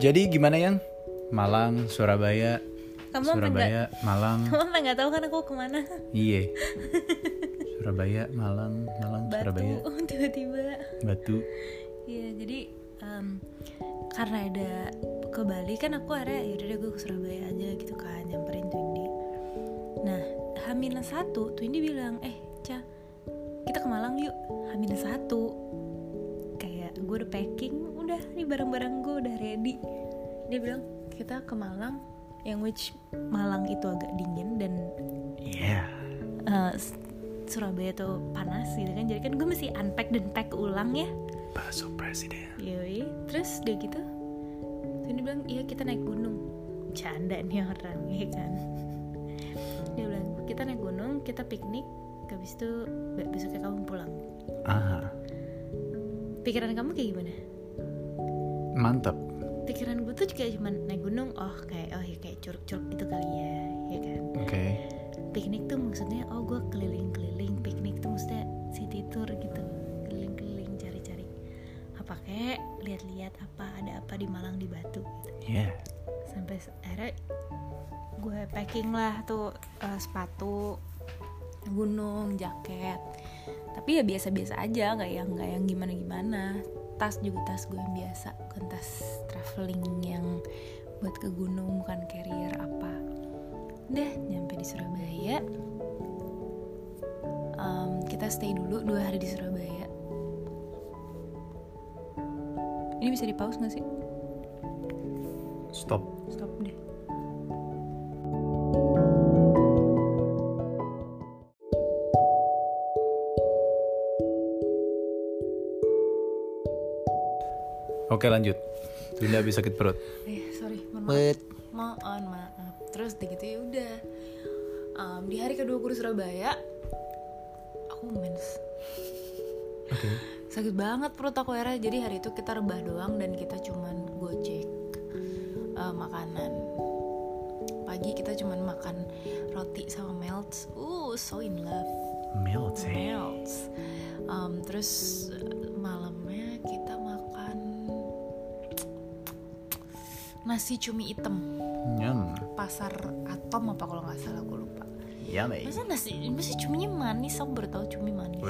Jadi gimana yang Malang, Surabaya, Malang. Kamu nggak tahu kan aku kemana? Iya. Surabaya, Malang, Batu, Surabaya. tiba-tiba. Batu. Iya, jadi karena ada ke Bali kan aku akhirnya yaudah deh gue ke Surabaya aja gitu kan, nyamperin Twindy. Nah, H-1 Twindy bilang, Ca, kita ke Malang yuk. H-1 kayak gue udah packing, udah nih barang-barang gue udah ready. Dia bilang kita ke Malang, yang which Malang itu agak dingin dan Surabaya tuh panas gitu kan. Jadi kan gue mesti unpack dan pack ulang ya. Bakso presiden. Yoi. Terus dia gitu dia bilang, iya kita naik gunung. Canda nih orang ya kan. Dia bilang kita naik gunung, kita piknik, habis itu besoknya kamu pulang. Aha. Pikiran kamu kayak gimana? Mantap. Pikiran gue tuh kayak cuman naik gunung, kayak curug-curug itu kali ya kan. Oke. Piknik tuh maksudnya gue keliling-keliling. Piknik tuh maksudnya city tour gitu, keliling-keliling cari-cari apa kayak lihat-lihat ada apa di Malang, di Batu gitu. Yeah. Sampai akhirnya gue packing lah tuh sepatu gunung, jaket. Tapi ya biasa-biasa aja, nggak yang gimana-gimana. Tas juga tas gue yang biasa, bukan tas traveling yang buat ke gunung, bukan carrier apa. Udah nyampe di Surabaya, kita stay dulu 2 hari di Surabaya. Ini bisa di pause nggak sih? Stop deh. Oke, lanjut. Tidak habis sakit perut. Sorry, mohon maaf. Terus gitu ya udah. Di hari kedua gue di Surabaya, aku mens. Oke. Sakit banget perut aku era. Jadi hari itu kita rebah doang dan kita cuman gojek makanan. Pagi kita cuman makan roti sama melts. So in love. Melts. Terus malamnya kita makan nasi cumi hitam. Pasar Atom apa kalau nggak salah, gue lupa. Yummy. Masa nasi cuminya manis, aku baru tahu cumi manis.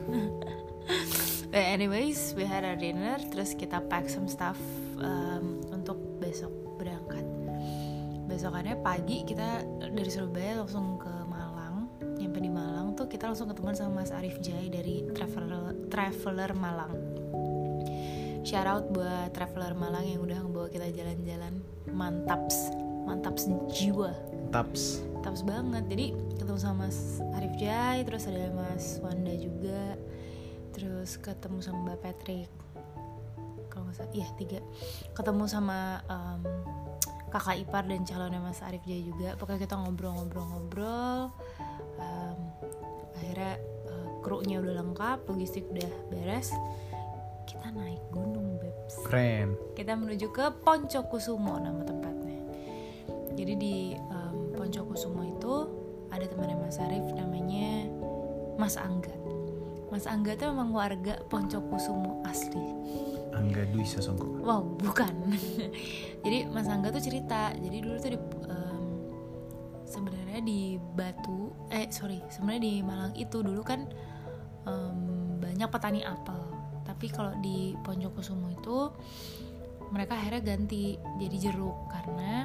But anyways, we had our dinner, terus kita pack some stuff untuk besok berangkat. Besokannya pagi kita dari Surabaya langsung ke Malang. Nyampe di Malang tuh kita langsung ketemuan sama Mas Arif Jai dari Traveler Malang. Shout out buat Traveler Malang yang udah ngebawa kita jalan-jalan. Mantaps jiwa. Taps banget. Jadi ketemu sama Mas Arif Jai, terus ada Mas Wanda juga, terus ketemu sama Mbak Patrick, kalau nggak salah, 3. Ketemu sama kakak ipar dan calonnya Mas Arif Jai juga. Pokoknya kita ngobrol. Akhirnya krunya udah lengkap, logistik udah beres. Kita naik gunung, Bebs. Keren. Kita menuju ke Poncokusumo nama tempatnya. Jadi di Poncokusumo itu ada temannya Mas Arif namanya Mas Angga. Mas Angga tuh memang warga Poncokusumo asli. Angga Dwi Sasongko. Wow, bukan. Jadi Mas Angga tuh cerita. Jadi dulu tuh sebenarnya di sebenarnya di Malang itu dulu kan banyak petani apel. Tapi kalau di Poncokusumo itu mereka akhirnya ganti jadi jeruk karena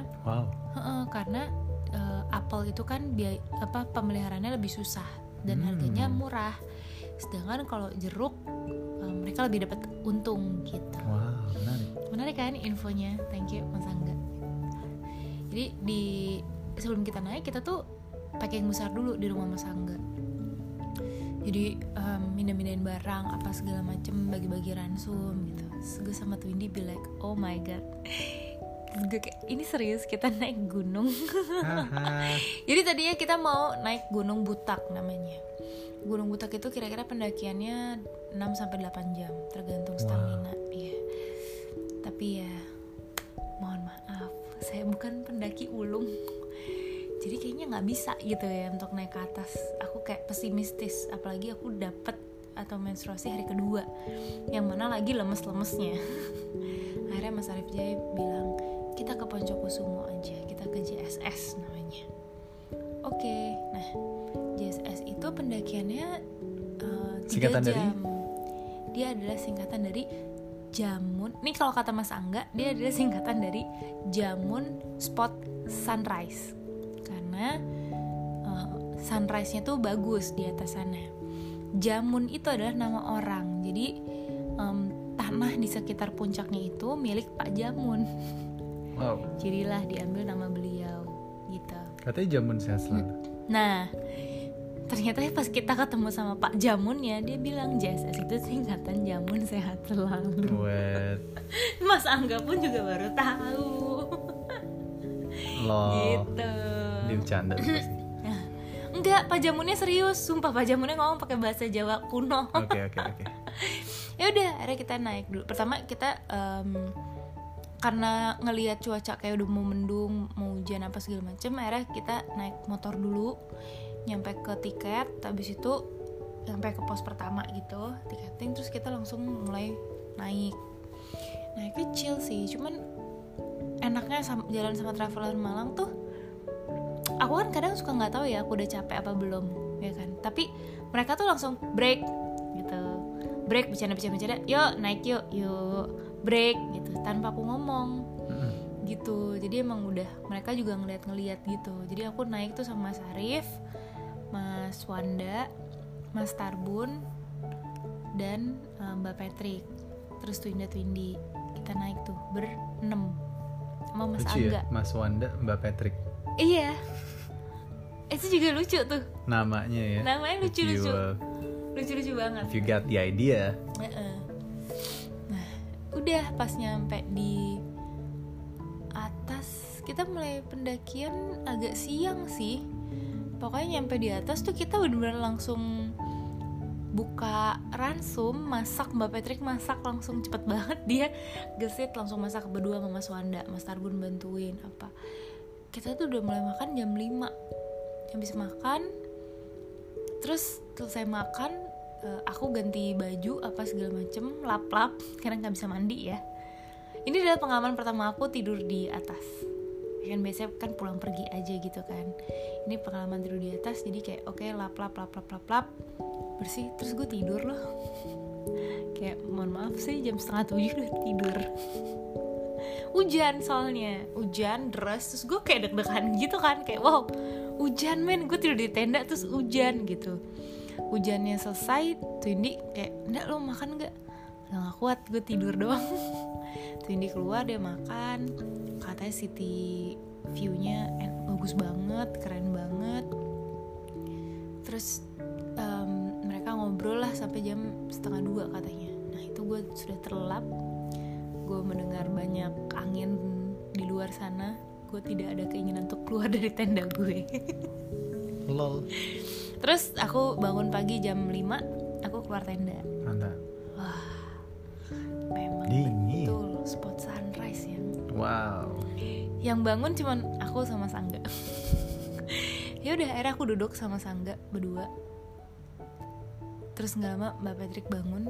apel itu kan pemeliharaannya lebih susah dan harganya murah. Sedangkan kalau jeruk mereka lebih dapat untung gitu. Wow, menarik kan infonya. Thank you Mas Angga. Jadi sebelum kita naik kita tuh packing besar dulu di rumah Mas Angga. Jadi mindahin barang apa segala macem, bagi-bagi ransum gitu. Terus gue sama Twindy be like, oh my god, gue kayak, ini serius kita naik gunung. Jadi tadinya kita mau naik Gunung Butak namanya. Gunung Butak itu kira-kira pendakiannya 6-8 jam tergantung stamina. Iya. Tapi ya mohon maaf, saya bukan pendaki ulung. Jadi kayaknya nggak bisa gitu ya untuk naik ke atas. Aku kayak pesimistis, apalagi aku dapet atau menstruasi hari kedua, yang mana lagi lemes-lemesnya. Akhirnya Mas Arif Jaya bilang, kita ke Poncokusumo aja, kita ke JSS namanya. Oke, nah JSS itu pendakiannya 3 Singkatan jam. dari? Dia adalah singkatan dari Jamun. Nih kalau kata Mas Angga, dia adalah singkatan dari Jamun Spot Sunrise. Karena sunrise-nya tuh bagus di atas sana. Jamun itu adalah nama orang. Jadi tanah di sekitar puncaknya itu milik Pak Jamun. Wow. Jadilah diambil nama beliau gitu. Katanya Jamun sehat selalu. Nah, ternyata pas kita ketemu sama Pak Jamunnya, dia bilang JSS itu singkatan Jamun Sehat Selalu. Wet. Mas Angga pun juga baru tahu. Loh. Gitu. Dia bercanda tuh pasti. Enggak, Pak Jamunnya serius. Sumpah Pak Jamunnya ngomong pakai bahasa Jawa kuno. Oke. Ya udah, akhirnya kita naik dulu. Pertama kita karena ngelihat cuaca kayak udah mau mendung, mau hujan apa segala macem, akhirnya kita naik motor dulu, nyampe ke tiket, habis itu nyampe ke pos pertama gitu, tiketing, terus kita langsung mulai naik. Naiknya chill sih, cuman enaknya jalan sama traveler Malang tuh, aku kan kadang suka nggak tahu ya aku udah capek apa belum, ya kan? Tapi mereka tuh langsung break gitu, break bercanda, yuk naik yuk break gitu, tanpa aku ngomong gitu. Jadi emang udah mereka juga ngeliat gitu. Jadi aku naik tuh sama Mas Arif, Mas Wanda, Mas Tarbun, dan Mbak Patrick, terus Twindy. Kita naik tuh berenam sama Mas Lucu Angga. ya? Mas Wanda, Mbak Patrick. Iya, itu juga lucu tuh. Namanya ya. Namanya lucu-lucu. Lucu-lucu banget. If you got the idea. Nah, udah pas nyampe di atas, kita mulai pendakian agak siang sih. Pokoknya nyampe di atas tuh kita bener-bener langsung buka ransum, masak. Mbak Patrick masak langsung cepet banget, dia gesit langsung masak berdua sama Mas Wanda. Mas Tarbun bantuin apa. Kita tuh udah mulai makan jam 5. Habis makan, terus selesai makan, aku ganti baju apa segala macem, lap-lap karena nggak bisa mandi ya. Ini adalah pengalaman pertama aku tidur di atas. Kan biasanya kan pulang pergi aja gitu kan. Ini pengalaman tidur di atas, jadi kayak oke, lap bersih, terus gue tidur loh. Kayak mohon maaf sih, jam 6:30 udah tidur. Hujan soalnya, hujan deras, terus gue kayak deg-degan gitu kan, kayak wow, hujan men, gue tidur di tenda terus hujan gitu. Hujannya selesai, Twindy kayak, enggak lo makan gak? Nggak kuat, gue tidur doang. Twindy keluar, dia makan, katanya city view-nya bagus banget, keren banget. Terus mereka ngobrol lah sampai jam 1:30 katanya. Nah itu gue sudah terlelap, gue mendengar banyak angin di luar sana. Gue tidak ada keinginan untuk keluar dari tenda gue. Lol. Terus aku bangun pagi jam 5, aku keluar tenda. Mantap. Wah, memang dingin. betul spot sunrise ya. Wow. Yang bangun cuman aku sama Sangga. Ya udah, akhirnya aku duduk sama Sangga berdua. Terus nggak lama Mbak Patrick bangun.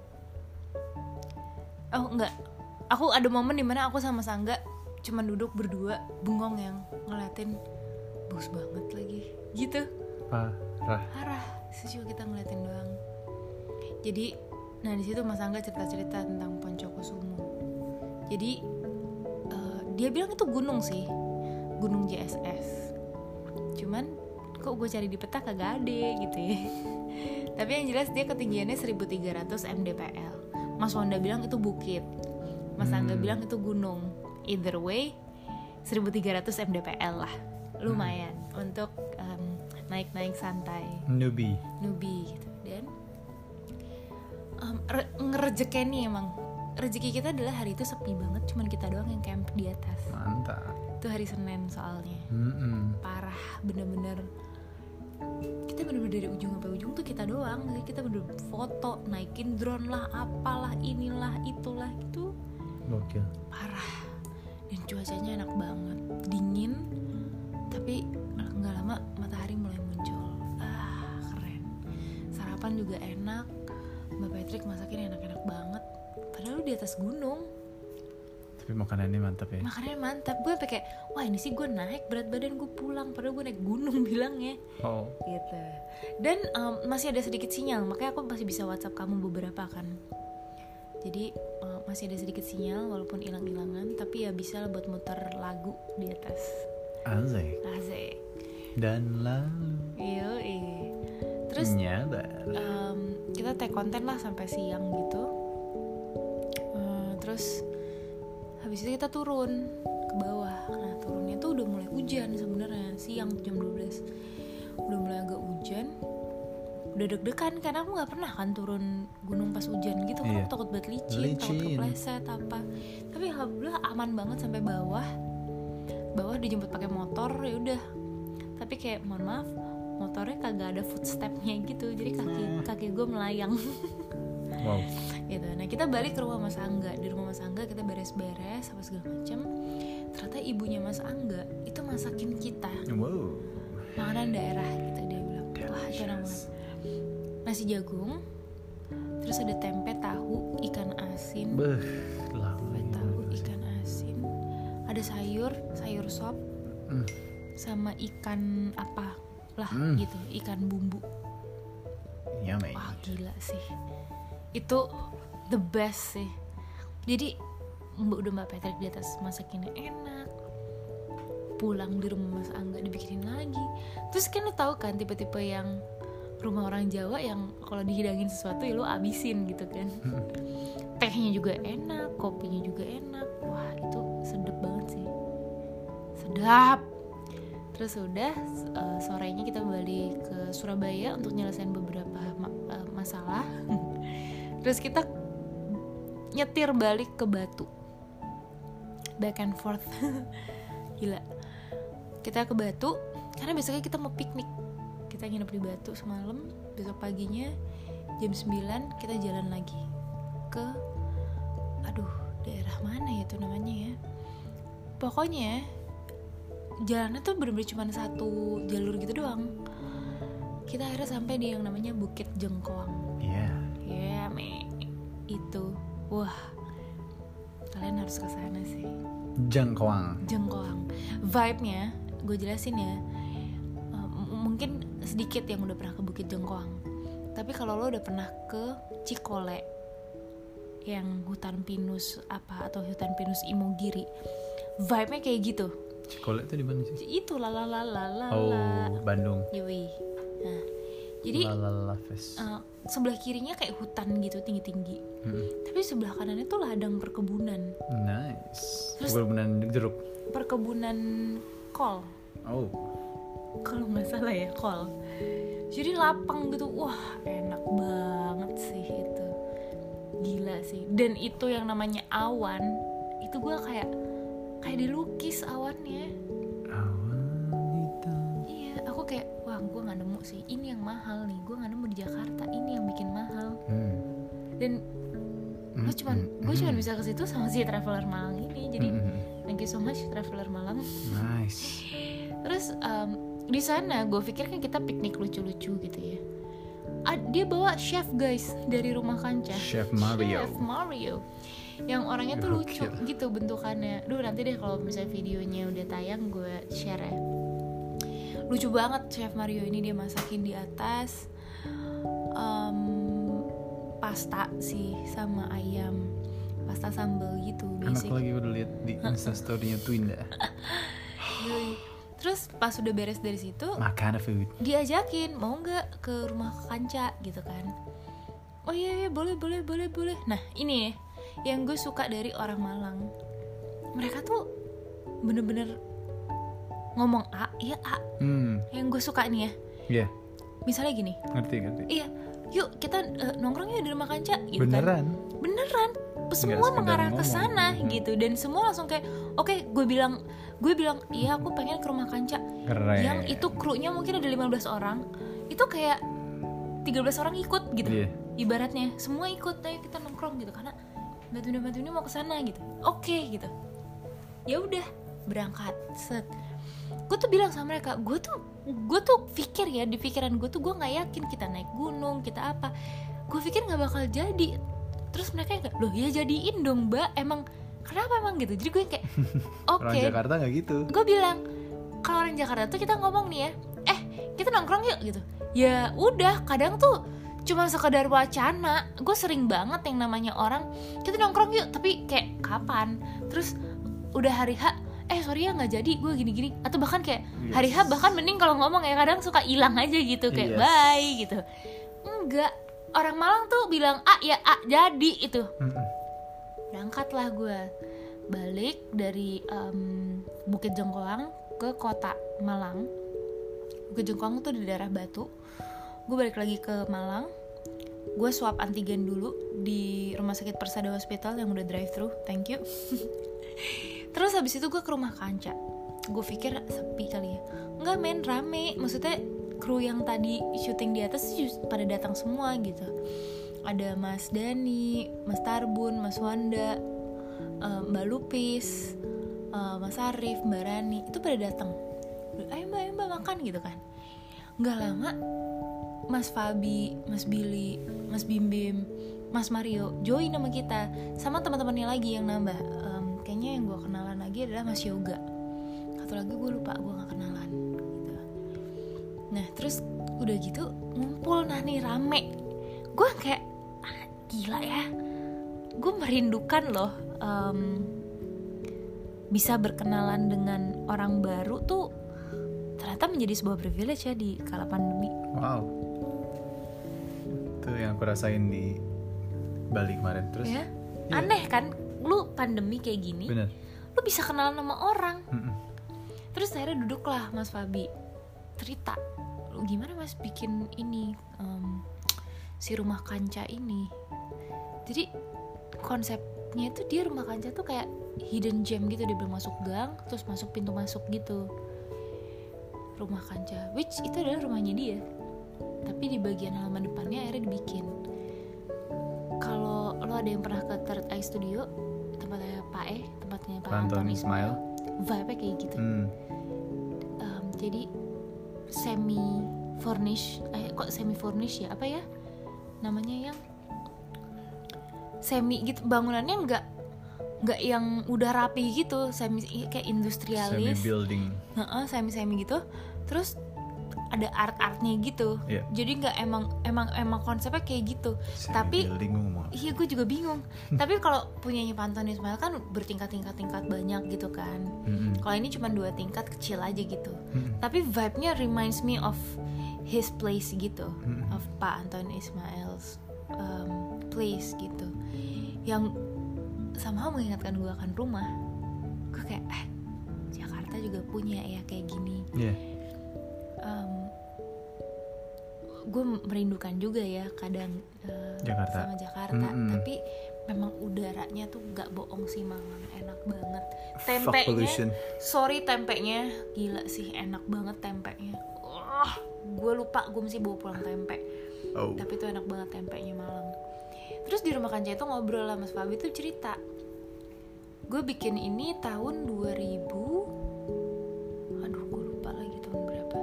Oh enggak, aku ada momen dimana aku sama Sangga cuman duduk berdua, bengong yang ngeliatin, bagus banget lagi, gitu. Parah, cuma kita ngeliatin doang. Jadi, nah di situ Mas Angga cerita-cerita tentang Poncokusumo. Jadi dia bilang itu gunung sih, gunung JSS. Cuman kok gue cari di peta kagak ada gitu ya. Tapi yang jelas dia ketinggiannya 1300 mdpl. Mas Wanda bilang itu bukit, Mas Angga bilang itu gunung. Either way 1300 mdpl lah, lumayan untuk naik-naik santai, newbie gitu. Dan ngerejekeni emang rezeki kita adalah hari itu sepi banget, cuman kita doang yang camp di atas. Mantap. Itu hari Senin soalnya. Parah, bener-bener kita bener-bener dari ujung sampai ujung tuh kita doang. Jadi kita bener-bener foto, naikin drone lah, apalah, inilah, itulah gitu. Gokil. Parah. Dan cuacanya enak banget, dingin, tapi gak lama matahari mulai muncul. Keren. Sarapan juga enak, Mbak Patrick masakin enak-enak banget. Padahal lu di atas gunung. Tapi makanannya mantap ya. Makanannya mantap. Gue sampai kayak, wah ini sih gue naik berat badan gue pulang. Padahal gue naik gunung bilangnya. Oh. Gitu. Dan masih ada sedikit sinyal. Makanya aku masih bisa WhatsApp kamu beberapa kan. Jadi masih ada sedikit sinyal walaupun hilang-hilangan. Tapi ya bisa lah buat muter lagu di atas. Asik. Dan lalu Terus nyabar. Kita take konten lah sampai siang gitu. Terus habis itu kita turun ke bawah. Nah turunnya tuh udah mulai hujan sebenarnya, siang jam 12 udah mulai agak hujan. Udah deg-degan karena aku nggak pernah kan turun gunung pas hujan gitu. Kan aku takut banget licin, takut kepleset apa. Tapi alhamdulillah aman banget sampai bawah dijemput pakai motor ya udah. Tapi kayak mohon maaf motornya kagak ada footstepnya gitu, jadi kaki gue melayang. Wow. Gitu. Nah kita balik ke rumah Mas Angga. Di rumah Mas Angga kita beres-beres apa segala macam. Ternyata ibunya Mas Angga itu masakin kita makanan daerah gitu. Dia bilang, wah enak banget. Nasi jagung, terus ada tempe tahu ikan asin. Tahu ikan asin. Ada sayur sop, sama ikan apa lah gitu, ikan bumbu. Yummy. Wah gila sih. Itu the best sih. Jadi Mbak Patrick di atas masakinnya enak. Pulang di rumah Mas Angga dibikinin lagi. Terus kan lo tau kan tipe-tipe yang rumah orang Jawa yang kalau dihidangin sesuatu ya lo abisin gitu kan. Tehnya juga enak, kopinya juga enak. Wah itu sedap banget sih. Sedap. Terus udah sorenya kita balik ke Surabaya untuk nyelesain beberapa masalah. Terus kita nyetir balik ke Batu, back and forth. Gila. Kita ke Batu karena besoknya kita mau piknik. Kita nginep di Batu semalam. Besok paginya jam 9 kita jalan lagi ke daerah mana ya itu namanya ya. Pokoknya jalannya tuh bener-bener cuma satu jalur gitu doang. Kita akhirnya sampai di yang namanya Bukit Jengkoang. Itu wah, kalian harus ke sana sih. Jengkoang. Vibe-nya gue jelasin ya. Mungkin sedikit yang udah pernah ke Bukit Jengkoang. Tapi kalau lo udah pernah ke Cikole yang hutan pinus atau hutan pinus Imogiri, vibe-nya kayak gitu. Cikole itu di mana sih? Itu lalalala. Oh, Bandung. Yoi. Nah, jadi sebelah kirinya kayak hutan gitu tinggi-tinggi. Tapi sebelah kanannya tuh ladang perkebunan. Nice. Terus, perkebunan jeruk. Perkebunan kol. Oh. Kalau nggak salah ya kol. Jadi lapang gitu. Wah enak banget sih itu. Gila sih. Dan itu yang namanya awan. Itu gue kayak dilukis awannya. Aku kayak wah gue nggak nemu sih, ini yang mahal nih, gue nggak nemu di Jakarta, ini yang bikin mahal. Dan gue cuma bisa ke situ sama si Traveler Malang ini. Jadi thank you so much Traveler Malang. Nice. Terus di sana gue pikir kan kita piknik lucu-lucu gitu ya. Dia bawa chef guys dari Rumah Kancah. Chef Mario yang orangnya tuh lucu gitu bentukannya. Nanti deh kalau misalnya videonya udah tayang gue share ya. Lucu banget Chef Mario ini, dia masakin di atas pasta sih sama ayam, pasta sambal gitu basic. Enak lagi udah lihat di Instastory-nya Twinda. Terus pas udah beres dari situ makan food, diajakin mau nggak ke Rumah Kancah gitu kan. Oh iya boleh. Nah ini yang gue suka dari orang Malang, mereka tuh bener-bener ngomong A. Yang gue suka nih ya. Misalnya gini. Ngerti. Iya, yuk kita nongkrong yuk di Rumah Kancah gitu. Beneran. Semua mengarah ke sana gitu, dan semua langsung kayak oke, gue bilang iya aku pengen ke Rumah Kancah. Keren. Yang itu krunya mungkin ada 15 orang, itu kayak 13 orang ikut gitu. Ibaratnya semua ikut, ayo kita nongkrong gitu karena Batu ini mau ke sana gitu. Oke gitu. Ya udah, berangkat. Set. Gue tuh bilang sama mereka, gue tuh pikir ya, di pikiran gue tuh gue nggak yakin kita naik gunung, kita apa. gue pikir nggak bakal jadi. Terus mereka kayak, loh ya jadiin dong mbak, emang kenapa emang gitu. Jadi gue kayak oke. Orang Jakarta nggak gitu. Gue bilang kalau orang Jakarta tuh kita ngomong nih ya, kita nongkrong yuk gitu. Ya udah, kadang tuh cuma sekedar wacana. Gue sering banget yang namanya orang kita nongkrong yuk, tapi kayak kapan. Terus udah hari H, sorry ya nggak jadi, gue gini-gini. Atau bahkan kayak hari H, bahkan mending kalau ngomong ya kadang suka hilang aja gitu, kayak bye gitu. Enggak, orang Malang tuh bilang ya jadi itu. Berangkatlah gue balik dari Bukit Jengkoang ke kota Malang. Bukit Jengkoang tuh di daerah Batu. Gue balik lagi ke Malang. Gue swab antigen dulu di Rumah Sakit Persada Hospital yang udah drive thru, thank you. Terus habis itu gue ke rumah Kanca. Gue pikir sepi kali ya. Enggak men, rame. Maksudnya kru yang tadi syuting di atas pada datang semua gitu. Ada Mas Dani, Mas Tarbun, Mas Wanda, Mbak Lupis, Mas Arif, Mbak Rani. Itu pada datang. Ayo mbak makan gitu kan. Nggak lama Mas Fabi, Mas Billy, Mas Bim Bim, Mas Mario join sama kita, sama teman-temannya lagi yang nambah. Kayaknya yang gue kenalan lagi adalah Mas Yoga. Satu lagi gue lupa, gue nggak kenalan gitu. Nah terus udah gitu ngumpul, nah nih rame. Gue kayak gila ya, gue merindukan loh bisa berkenalan dengan orang baru tuh. Ternyata menjadi sebuah privilege ya di kala pandemi. Wow, itu yang aku rasain di Bali kemarin. Terus ya? Aneh kan, lu pandemi kayak gini, bener, lu bisa kenalan sama orang. Terus akhirnya duduklah Mas Fabi, cerita, lu gimana mas bikin ini si Rumah Kanca ini. Jadi konsepnya itu dia Rumah Kanca tuh kayak hidden gem gitu. Dia belum masuk gang, terus masuk pintu masuk gitu. Rumah Kanca, which itu adalah rumahnya dia, tapi di bagian halaman depannya akhirnya dibikin. Kalau lo ada yang pernah ke Third Eye Studio, tempatnya Pak Anton Ismail, vibe-nya kayak gitu. Jadi semi furnish ya, apa ya namanya, yang semi gitu, bangunannya nggak yang udah rapi gitu, semi kayak industrialis, semi building, semi gitu. Terus ada art-artnya gitu. Jadi nggak emang konsepnya kayak gitu. Semi tapi building, iya gue juga bingung. Tapi kalau punyanya Pak Anton Ismail kan bertingkat-tingkat banyak gitu kan. Kalau ini cuma 2 tingkat kecil aja gitu. Tapi vibe-nya reminds me of his place gitu, of Pak Anton Ismail's place gitu, yang somehow mengingatkan gue akan rumah. Gue kayak Jakarta juga punya ya kayak gini. Gue merindukan juga ya kadang Jakarta. sama Jakarta. Tapi memang udaranya tuh gak bohong sih, Malang enak banget. Tempenya, sorry tempenya gila sih, enak banget tempenya. Gue lupa gue mesti bawa pulang tempe. Tapi itu enak banget tempenya Malang. Terus di Rumah Kanca itu ngobrol sama Mas Fabi tuh cerita, gue bikin ini tahun 2000, gue lupa lagi tahun berapa.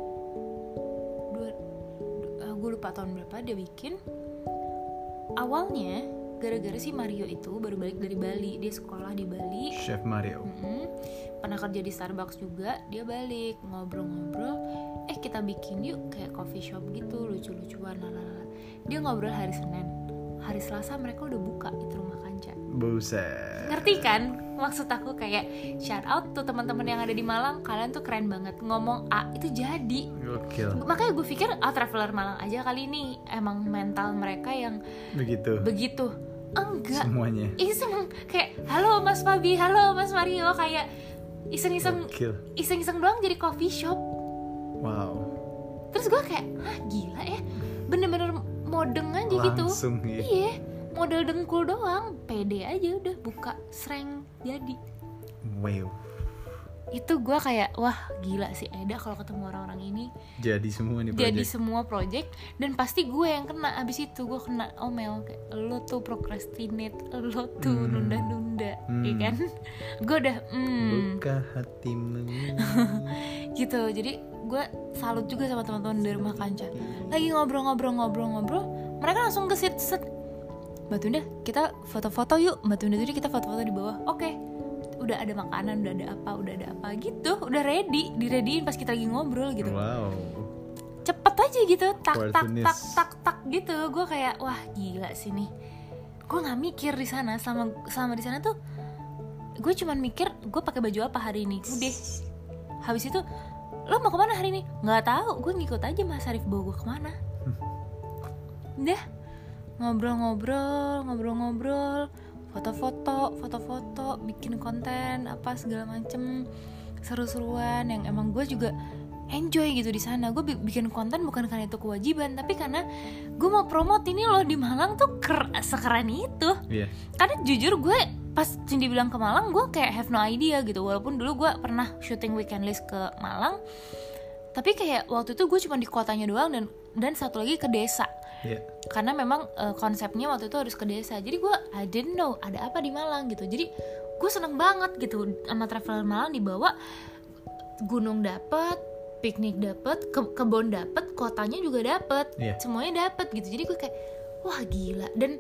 Gue lupa tahun berapa dia bikin. Awalnya gara-gara si Mario itu baru balik dari Bali, dia sekolah di Bali. Chef Mario. Pernah kerja di Starbucks juga, dia balik ngobrol-ngobrol. Kita bikin yuk kayak coffee shop gitu, lucu-lucuan, lalala. Dia ngobrol hari Senin. Hari Selasa mereka udah buka itu Rumah Kanca. Buset. Ngerti kan? Maksud aku kayak shout out tuh teman-teman yang ada di Malang, kalian tuh keren banget. Ngomong A itu jadi. Gokil. Makanya gue pikir traveler Malang aja kali ini emang mental mereka yang begitu. Enggak. Semuanya. Iseng kayak halo Mas Fabi, halo Mas Mario, kayak iseng-iseng doang jadi coffee shop. Wow. Terus gue kayak gila ya, bener-bener modeng aja gitu. Langsung iya, model dengkul doang, pede aja udah buka sreng jadi. Wow. Itu gue kayak wah gila sih Eda kalau ketemu orang-orang ini. Jadi semua nih project. Jadi semua project, dan pasti gue yang kena. Abis itu gue kena omel kayak lo tuh procrastinate, lo tuh nunda-nunda, ya kan? Gue udah buka hatimu gitu. Jadi gue salut juga sama teman-teman dari Rumah Kanca. Lagi ngobrol, mereka langsung ke set Mbak Tunda kita foto-foto yuk, Mbak Tunda tadi kita foto-foto di bawah. Oke. Udah ada makanan, udah ada apa gitu, udah dirediin pas kita lagi ngobrol gitu. Wow. Cepet aja gitu, tak gitu. Gue kayak wah gila sih nih. Gue nggak mikir di sana selama di sana tuh. Gue cuman mikir gue pakai baju apa hari ini. Udah. Habis itu lo mau kemana hari ini? Nggak tahu. Gue ngikut aja Mas Arif bawa gue kemana. Udah ngobrol, foto-foto, bikin konten apa segala macem, seru-seruan yang emang gue juga enjoy gitu di sana. Gue bikin konten bukan karena itu kewajiban, tapi karena gue mau promote ini loh di Malang tuh sekeren itu. Karena jujur gue pas Cindy bilang ke Malang, gue kayak have no idea gitu. Walaupun dulu gue pernah syuting weekend list ke Malang, tapi kayak waktu itu gue cuma di kotanya doang dan satu lagi ke desa. Karena memang konsepnya waktu itu harus ke desa. Jadi gue I didn't know ada apa di Malang gitu. Jadi gue seneng banget gitu sama traveler Malang, dibawa gunung dapet, piknik dapet, kebun dapet, kotanya juga dapet, semuanya dapet gitu. Jadi gue kayak wah gila. Dan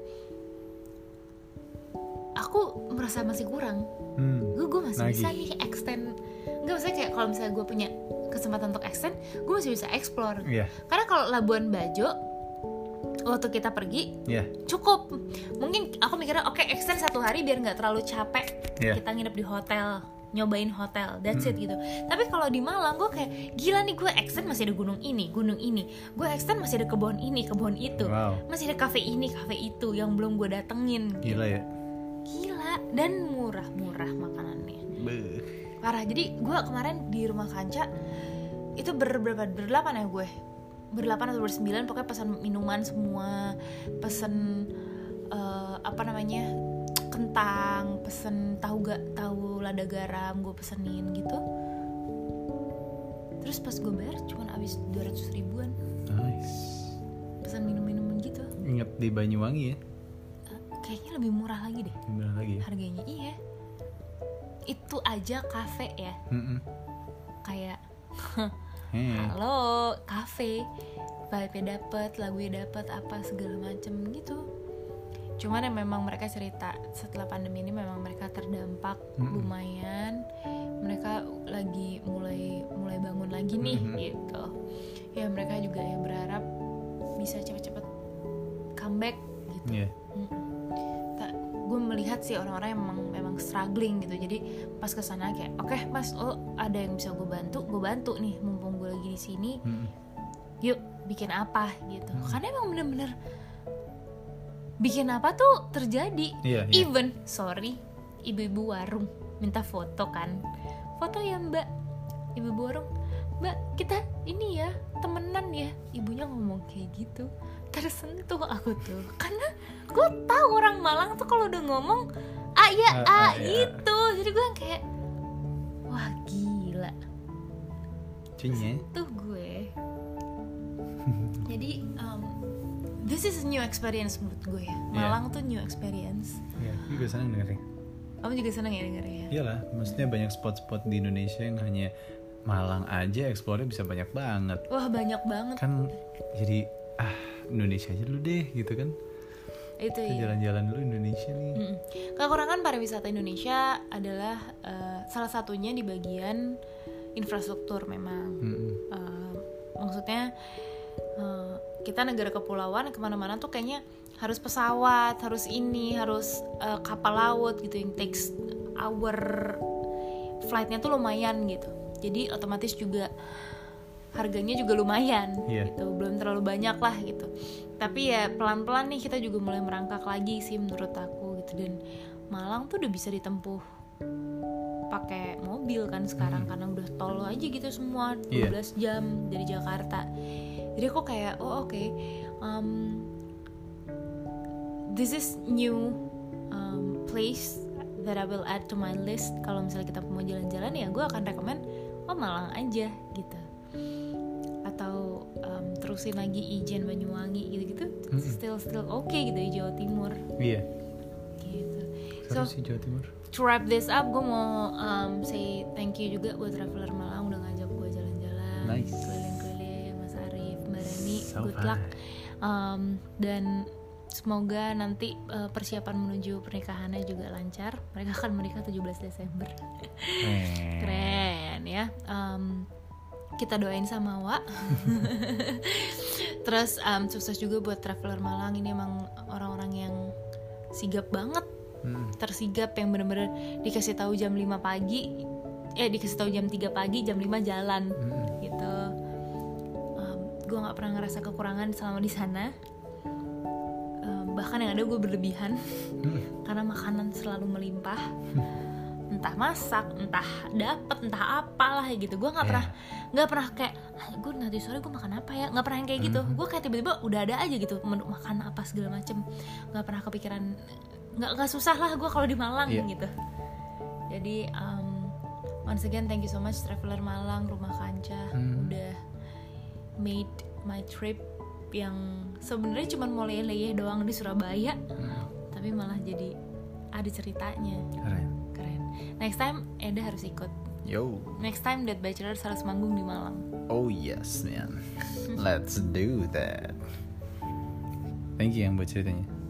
aku merasa masih kurang. Gue masih bisa nih extend. Enggak, maksudnya kayak kalau misalnya gue punya kesempatan untuk extend, gue masih bisa explore. Karena kalau Labuan Bajo waktu kita pergi cukup, mungkin aku mikirnya oke, extend 1 hari biar nggak terlalu capek. Kita nginep di hotel, nyobain hotel, that's it gitu. Tapi kalau di Malang gue kayak gila nih, gue extend masih ada gunung ini, gue extend masih ada kebun ini, kebun itu, masih ada kafe ini, kafe itu yang belum gue datengin. Gila ya. Gila, dan murah makanannya. Parah. Jadi gue kemarin di rumah Kanca itu berdelapan ya, gue berdelapan atau bersembilan, pokoknya pesan minuman semua, pesen kentang, pesen tahu lada garam, gue pesenin gitu. Terus pas gue bayar cuma habis 200 ribuan. Nice. Pesan minum-minuman gitu. Ingat di Banyuwangi ya? Kayaknya lebih murah lagi deh. Lebih murah lagi ya? Harganya iya. Itu aja kafe ya. Kayak halo kafe, vibe-nya dapet, lagunya dapet, apa segala macem gitu. Cuman yang memang mereka cerita setelah pandemi ini memang mereka terdampak lumayan. Mereka lagi mulai bangun lagi nih gitu. Ya mereka juga ya berharap bisa cepet-cepet comeback gitu. Gue melihat sih orang-orang yang memang struggling gitu. Jadi pas kesana kayak oke, mas, ada yang bisa gue bantu nih, mumpung gue lagi di sini. Yuk bikin apa gitu. Karena emang bener-bener bikin apa tuh terjadi. Even ibu-ibu warung minta foto kan, foto ya mbak, ibu-ibu warung, mbak kita ini ya temenan ya. Ibunya ngomong kayak gitu, tersentuh aku tuh. Karena gue tahu orang Malang tuh kalau udah ngomong gitu. Jadi gue kayak wah gila, tersentuh gue. Jadi this is a new experience menurut gue ya. Malang tuh new experience. Gue juga seneng dengerin. Kamu juga seneng ya dengerin ya? Iyalah, maksudnya banyak spot-spot di Indonesia yang hanya Malang aja explore-nya bisa banyak banget. Wah banyak banget. Kan jadi Indonesia aja dulu deh gitu kan. Itu kita jalan-jalan dulu Indonesia nih. Kekurangan pariwisata Indonesia adalah salah satunya di bagian infrastruktur memang. Maksudnya kita negara kepulauan, kemana-mana tuh kayaknya harus pesawat, harus kapal laut gitu yang takes hour flightnya tuh lumayan gitu. Jadi otomatis juga harganya juga lumayan gitu, belum terlalu banyak lah gitu. Tapi ya pelan-pelan nih kita juga mulai merangkak lagi sih menurut aku gitu. Dan Malang tuh udah bisa ditempuh pakai mobil kan sekarang, karena udah tol aja gitu semua 12 jam dari Jakarta. Jadi aku kayak this is new place that I will add to my list. Kalau misalnya kita mau jalan-jalan ya gue akan rekomend Malang aja gitu. Atau terusin lagi Ijen, Banyuwangi gitu-gitu. Still okay gitu di Jawa Timur. Gitu. Seru sih Jawa Timur. To wrap this up, gue mau say thank you juga buat Traveler Malang udah ngajak gue jalan-jalan, keliling-keliling, Mas Arif, Mbak Rani, so good luck Dan semoga nanti persiapan menuju pernikahannya juga lancar. Mereka akan menikah 17 Desember. Keren ya. Kita doain sama Wak. Terus sukses juga buat Traveler Malang. Ini emang orang-orang yang sigap banget. Tersigap, yang bener-bener dikasih tahu jam 5 pagi, dikasih tahu jam 3 pagi, jam 5 jalan gitu. Gue nggak pernah ngerasa kekurangan selama di sana. Bahkan yang ada gue berlebihan karena makanan selalu melimpah, entah masak, entah dapet, entah apalah gitu. Gue nggak pernah kayak gue nanti sore gue makan apa ya, nggak pernah yang kayak gitu. Gue kayak tiba-tiba udah ada aja gitu menu makan apa segala macem. Nggak pernah kepikiran, nggak susah lah gue kalau di Malang gitu. Jadi once again thank you so much Traveler Malang, Rumah Kancah udah made my trip yang sebenarnya cuma mau leyeh-leyeh doang di Surabaya, tapi malah jadi ada ceritanya. Keren. Next time Eda harus ikut. Yo. Next time Dead Bachelors harus manggung di Malang. Oh yes man, let's do that. Thank you yang buat ceritanya.